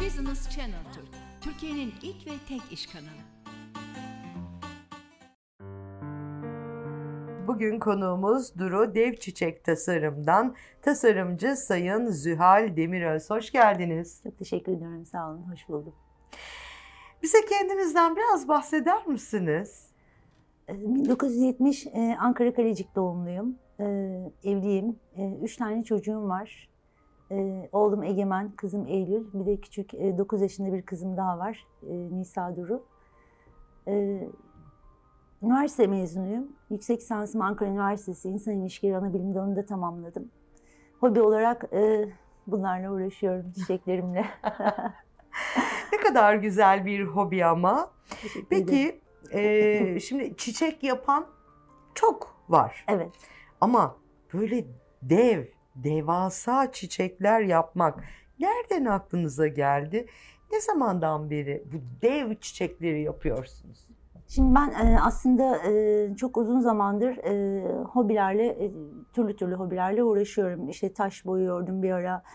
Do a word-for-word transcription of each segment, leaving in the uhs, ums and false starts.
Business Channel Türk, Türkiye'nin ilk ve tek iş kanalı. Bugün konuğumuz Duru Dev Çiçek Tasarım'dan tasarımcı Sayın Zühal Demiröz. Hoş geldiniz. Çok teşekkür ediyorum. Sağ olun. Hoş buldum. Bize kendinizden biraz bahseder misiniz? bin dokuz yüz yetmiş Ankara Kalecik doğumluyum. Evliyim. Üç tane çocuğum var. Oğlum Egemen, kızım Eylül. Bir de küçük dokuz yaşında bir kızım daha var. Nisa Duru. Üniversite mezunuyum. Yüksek lisansımı Ankara Üniversitesi İnsan İlişkileri Anabilim Dalı'nda tamamladım. Hobi olarak bunlarla uğraşıyorum, çiçeklerimle. Ne kadar güzel bir hobi ama. Peki e, şimdi çiçek yapan çok var. Evet. Ama böyle dev, devasa çiçekler yapmak nereden aklınıza geldi? Ne zamandan beri bu dev çiçekleri yapıyorsunuz? Şimdi ben aslında çok uzun zamandır hobilerle, türlü türlü hobilerle uğraşıyorum. İşte taş boyuyordum bir ara,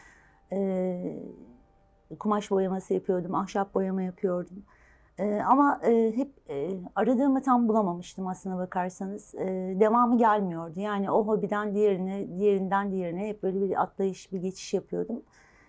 kumaş boyaması yapıyordum, ahşap boyama yapıyordum. Ama hep aradığımı tam bulamamıştım aslına bakarsanız. Devamı gelmiyordu. Yani o hobiden diğerine, diğerinden diğerine hep böyle bir atlayış, bir geçiş yapıyordum.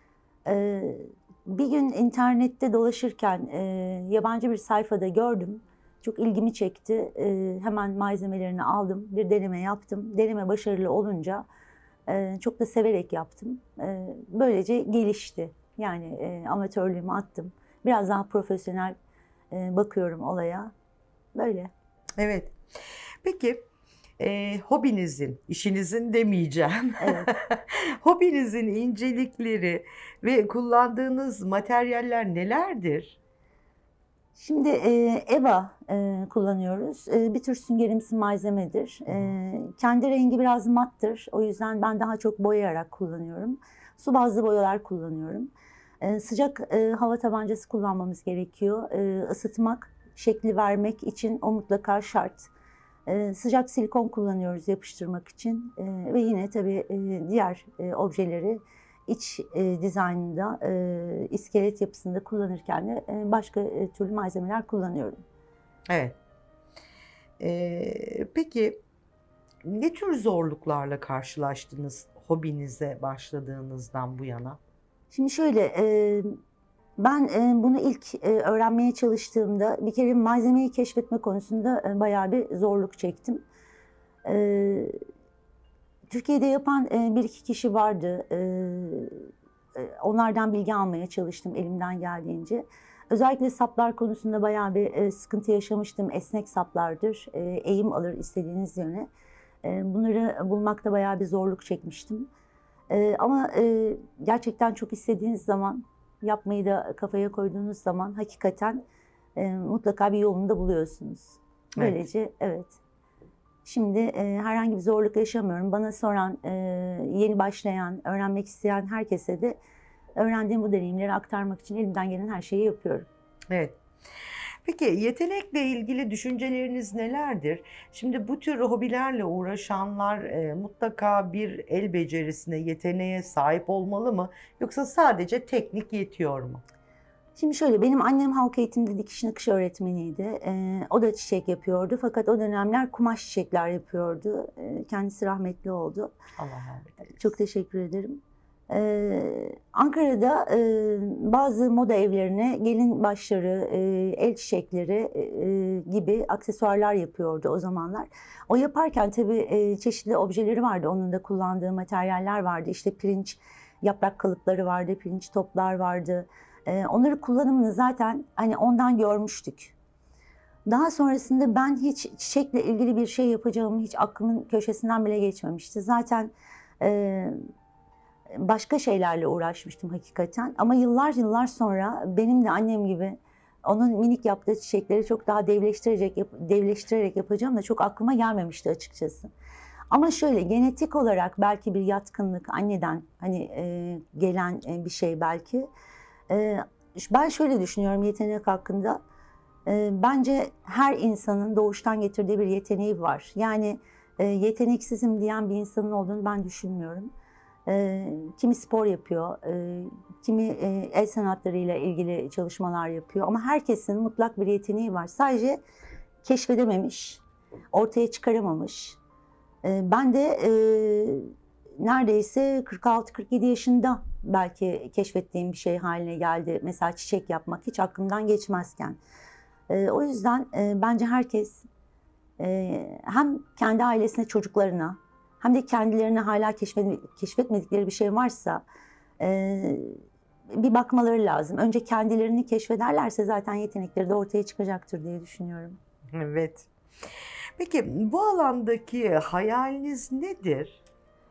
Bir gün internette dolaşırken yabancı bir sayfada gördüm. Çok ilgimi çekti. Hemen malzemelerini aldım, bir deneme yaptım. Deneme başarılı olunca çok da severek yaptım. Böylece gelişti. Yani amatörlüğümü attım. Biraz daha profesyonel bakıyorum olaya. Böyle. Evet. Peki e, hobinizin, işinizin demeyeceğim. Evet. Hobinizin incelikleri ve kullandığınız materyaller nelerdir? Şimdi e, Eva e, kullanıyoruz. E, bir tür süngerimsi malzemedir. E, kendi rengi biraz mattır. O yüzden ben daha çok boyayarak kullanıyorum. Su bazlı boyalar kullanıyorum. E, sıcak e, hava tabancası kullanmamız gerekiyor. E, ısıtmak, şekli vermek için o mutlaka şart. E, sıcak silikon kullanıyoruz yapıştırmak için. E, ve yine tabii e, diğer e, objeleri iç e, dizaynında, e, iskelet yapısında kullanırken de e, başka e, türlü malzemeler kullanıyorum. Evet. Ee, peki ne tür zorluklarla karşılaştınız hobinize başladığınızdan bu yana? Şimdi şöyle, e, ben e, bunu ilk e, öğrenmeye çalıştığımda bir kere malzemeyi keşfetme konusunda e, bayağı bir zorluk çektim. E, Türkiye'de yapan e, bir iki kişi vardı. E, onlardan bilgi almaya çalıştım elimden geldiğince. Özellikle saplar konusunda bayağı bir e, sıkıntı yaşamıştım. Esnek saplardır, e, eğim alır istediğiniz yöne. E, bunları bulmakta bayağı bir zorluk çekmiştim. E, ama e, gerçekten çok istediğiniz zaman, yapmayı da kafaya koyduğunuz zaman hakikaten e, mutlaka bir yolunu da buluyorsunuz. Böylece evet. evet. Şimdi e, herhangi bir zorluk yaşamıyorum. Bana soran, e, yeni başlayan, öğrenmek isteyen herkese de öğrendiğim bu deneyimleri aktarmak için elimden gelen her şeyi yapıyorum. Evet. Peki yetenekle ilgili düşünceleriniz nelerdir? Şimdi bu tür hobilerle uğraşanlar e, mutlaka bir el becerisine, yeteneğe sahip olmalı mı? Yoksa sadece teknik yetiyor mu? Şimdi şöyle, benim annem halk eğitimde dikiş nakış öğretmeniydi. Ee, o da çiçek yapıyordu. Fakat o dönemler kumaş çiçekler yapıyordu. Ee, kendisi rahmetli oldu. Allah rahmet eylesin. Çok teşekkür ederim. Ee, Ankara'da e, bazı moda evlerine gelin başları, e, el çiçekleri e, gibi aksesuarlar yapıyordu o zamanlar. O yaparken tabii e, çeşitli objeleri vardı. Onun da kullandığı materyaller vardı. İşte pirinç yaprak kalıpları vardı, pirinç toplar vardı. Onları kullanımını zaten hani ondan görmüştük. Daha sonrasında ben hiç çiçekle ilgili bir şey yapacağımı hiç aklımın köşesinden bile geçmemişti. Zaten e, başka şeylerle uğraşmıştım hakikaten. Ama yıllar yıllar sonra benim de annem gibi onun minik yaptığı çiçekleri çok daha devleştirerek, yap, devleştirerek yapacağım da çok aklıma gelmemişti açıkçası. Ama şöyle genetik olarak belki bir yatkınlık anneden hani e, gelen e, bir şey belki. Ben şöyle düşünüyorum yetenek hakkında. Bence her insanın doğuştan getirdiği bir yeteneği var. Yani yeteneksizim diyen bir insanın olduğunu ben düşünmüyorum. E, kimi spor yapıyor, e, kimi e, el sanatlarıyla ilgili çalışmalar yapıyor. Ama herkesin mutlak bir yeteneği var. Sadece keşfedememiş, ortaya çıkaramamış. E, ben de e, neredeyse kırk altı kırk yedi yaşında belki keşfettiğim bir şey haline geldi. Mesela çiçek yapmak hiç aklımdan geçmezken. E, o yüzden e, bence herkes e, hem kendi ailesine, çocuklarına hem de kendilerine hala keşfet, keşfetmedikleri bir şey varsa e, bir bakmaları lazım. Önce kendilerini keşfederlerse zaten yetenekleri de ortaya çıkacaktır diye düşünüyorum. Evet. Peki bu alandaki hayaliniz nedir?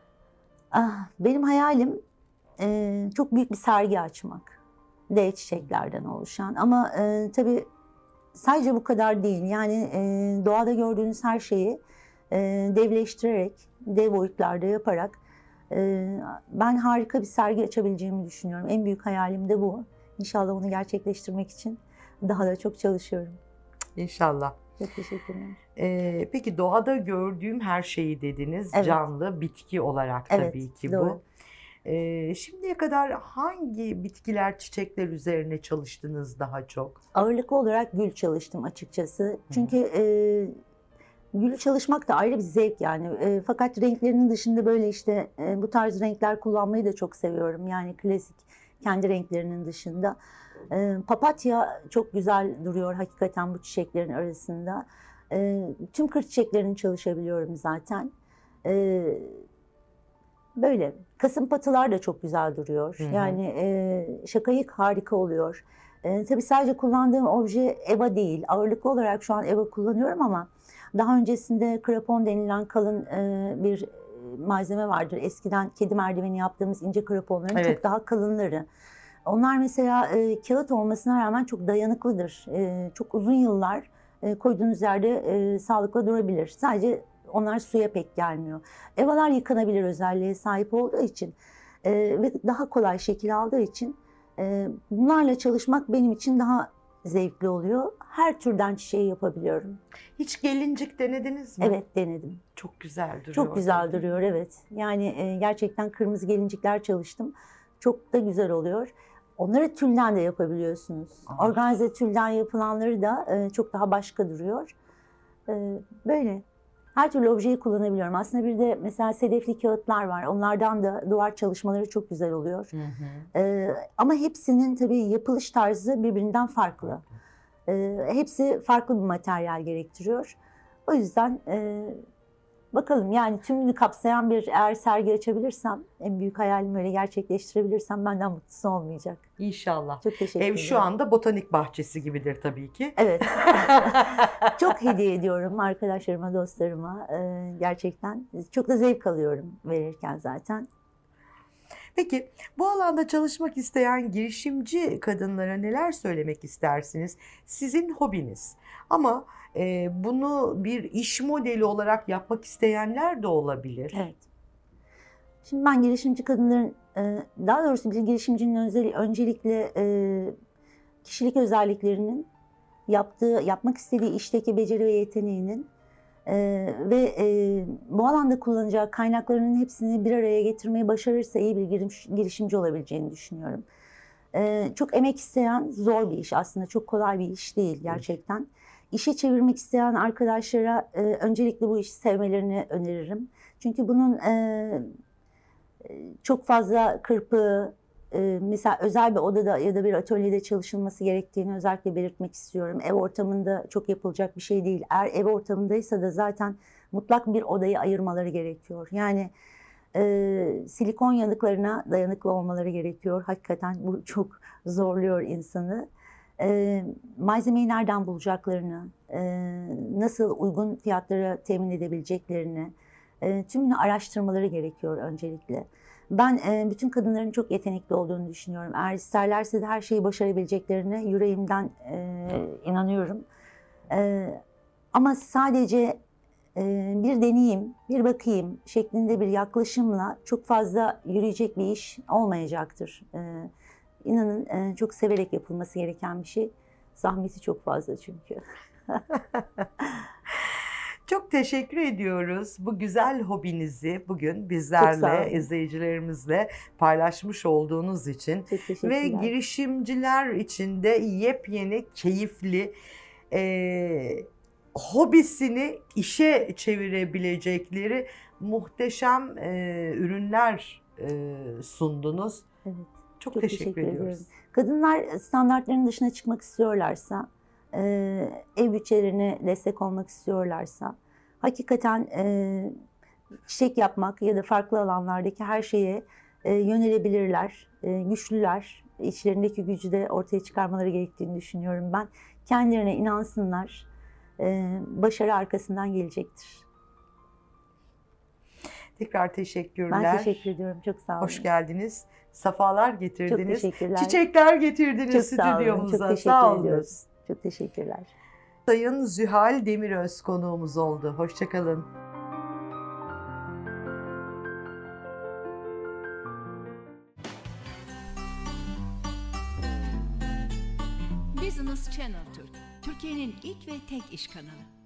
Ah, benim hayalim e, çok büyük bir sergi açmak. Dev çiçeklerden oluşan. Ama e, tabii sadece bu kadar değil. Yani e, doğada gördüğünüz her şeyi e, devleştirerek, dev boyutlarda yaparak e, ben harika bir sergi açabileceğimi düşünüyorum. En büyük hayalim de bu. İnşallah onu gerçekleştirmek için daha da çok çalışıyorum. İnşallah. Çok teşekkürler. Ee, peki doğada gördüğüm her şeyi dediniz. Evet. Canlı, bitki olarak Evet, tabii ki doğru. bu. Ee, şimdiye kadar hangi bitkiler, çiçekler üzerine çalıştınız daha çok? Ağırlıklı olarak gül çalıştım açıkçası. Çünkü e, gül çalışmak da ayrı bir zevk yani. E, fakat renklerinin dışında böyle işte e, bu tarz renkler kullanmayı da çok seviyorum. Yani klasik kendi renklerinin dışında. E, papatya çok güzel duruyor hakikaten bu çiçeklerin arasında. E, tüm kır çiçeklerini çalışabiliyorum zaten. E, Böyle. Kasımpatılar da çok güzel duruyor. Hı hı. Yani e, şakayık harika oluyor. E, tabii sadece kullandığım obje eva değil. Ağırlıklı olarak şu an eva kullanıyorum ama daha öncesinde krapon denilen kalın e, bir malzeme vardır. Eskiden kedi merdiveni yaptığımız ince kraponların Evet. çok daha kalınları. Onlar mesela e, kağıt olmasına rağmen çok dayanıklıdır. E, çok uzun yıllar e, koyduğunuz yerde e, sağlıklı durabilir. Sadece onlar suya pek gelmiyor. Evalar yıkanabilir özelliğe sahip olduğu için e, ve daha kolay şekil aldığı için e, bunlarla çalışmak benim için daha zevkli oluyor. Her türden çiçeği yapabiliyorum. Hiç gelincik denediniz mi? Evet, denedim. Çok güzel duruyor. Çok güzel tabii. duruyor, evet. Yani e, gerçekten kırmızı gelincikler çalıştım. Çok da güzel oluyor. Onları tülden de yapabiliyorsunuz. Aa. Organize tülden yapılanları da e, çok daha başka duruyor. E, böyle. Her türlü objeyi kullanabiliyorum. Aslında bir de mesela sedefli kağıtlar var. Onlardan da duvar çalışmaları çok güzel oluyor. Hı hı. E, ama hepsinin tabii yapılış tarzı birbirinden farklı. E, hepsi farklı bir materyal gerektiriyor. O yüzden e, bakalım yani tümünü kapsayan bir eğer sergi açabilirsem, en büyük hayalimi öyle gerçekleştirebilirsem benden mutlusu olmayacak. İnşallah. Çok teşekkür Ev ederim. şu anda botanik bahçesi gibidir tabii ki. Evet. Çok hediye ediyorum arkadaşlarıma, dostlarıma. Ee, gerçekten çok da zevk alıyorum verirken zaten. Peki bu alanda çalışmak isteyen girişimci kadınlara neler söylemek istersiniz? Sizin hobiniz. Ama e, bunu bir iş modeli olarak yapmak isteyenler de olabilir. Evet. Şimdi ben girişimci kadınların, e, daha doğrusu bir girişimcinin özel, öncelikle e, kişilik özelliklerinin, yaptığı, yapmak istediği işteki beceri ve yeteneğinin e, ve e, bu alanda kullanacağı kaynaklarının hepsini bir araya getirmeyi başarırsa iyi bir giriş, girişimci olabileceğini düşünüyorum. E, çok emek isteyen zor bir iş aslında, çok kolay bir iş değil gerçekten. İşe çevirmek isteyen arkadaşlara e, öncelikle bu işi sevmelerini öneririm. Çünkü bunun e, çok fazla kırpı, e, mesela özel bir odada ya da bir atölyede çalışılması gerektiğini özellikle belirtmek istiyorum. Ev ortamında çok yapılacak bir şey değil. Eğer ev ortamındaysa da zaten mutlak bir odayı ayırmaları gerekiyor. Yani e, silikon yanıklarına dayanıklı olmaları gerekiyor. Hakikaten bu çok zorluyor insanı. E, malzemeyi nereden bulacaklarını, e, nasıl uygun fiyatlara temin edebileceklerini, e, tümünü araştırmaları gerekiyor öncelikle. Ben e, bütün kadınların çok yetenekli olduğunu düşünüyorum. Eğer isterlerse de her şeyi başarabileceklerine yüreğimden e, inanıyorum. E, ama sadece e, bir deneyeyim, bir bakayım şeklinde bir yaklaşımla çok fazla yürüyecek bir iş olmayacaktır. E, inanın e, çok severek yapılması gereken bir şey. Zahmeti çok fazla çünkü. Çok teşekkür ediyoruz. Bu güzel hobinizi bugün Çok sağ bizlerle, olun. izleyicilerimizle paylaşmış olduğunuz için Çok ve teşekkürler. girişimciler için de yepyeni, keyifli, eee, hobisini işe çevirebilecekleri muhteşem eee, ürünler eee, sundunuz. Evet, Çok, çok teşekkür, teşekkür ediyoruz. ediyorum. Kadınlar standartların dışına çıkmak istiyorlarsa, e, ev bütçelerine destek olmak istiyorlarsa, hakikaten e, çiçek yapmak ya da farklı alanlardaki her şeye e, yönelebilirler, e, güçlüler. İçlerindeki gücü de ortaya çıkarmaları gerektiğini düşünüyorum ben. Kendilerine inansınlar, e, başarı arkasından gelecektir. Tekrar Ben teşekkürler. teşekkür ediyorum, çok sağ olun. Hoş geldiniz. Safalar Çok getirdiniz. teşekkürler. Çiçekler getirdiniz Çok sağ olun, çok stüdyomuza. teşekkür Sağ olun. ediyoruz. Çok teşekkürler. Sayın Zühal Demiröz konuğumuz oldu. Hoşçakalın. Business Channel Türk, Türkiye'nin ilk ve tek iş kanalı.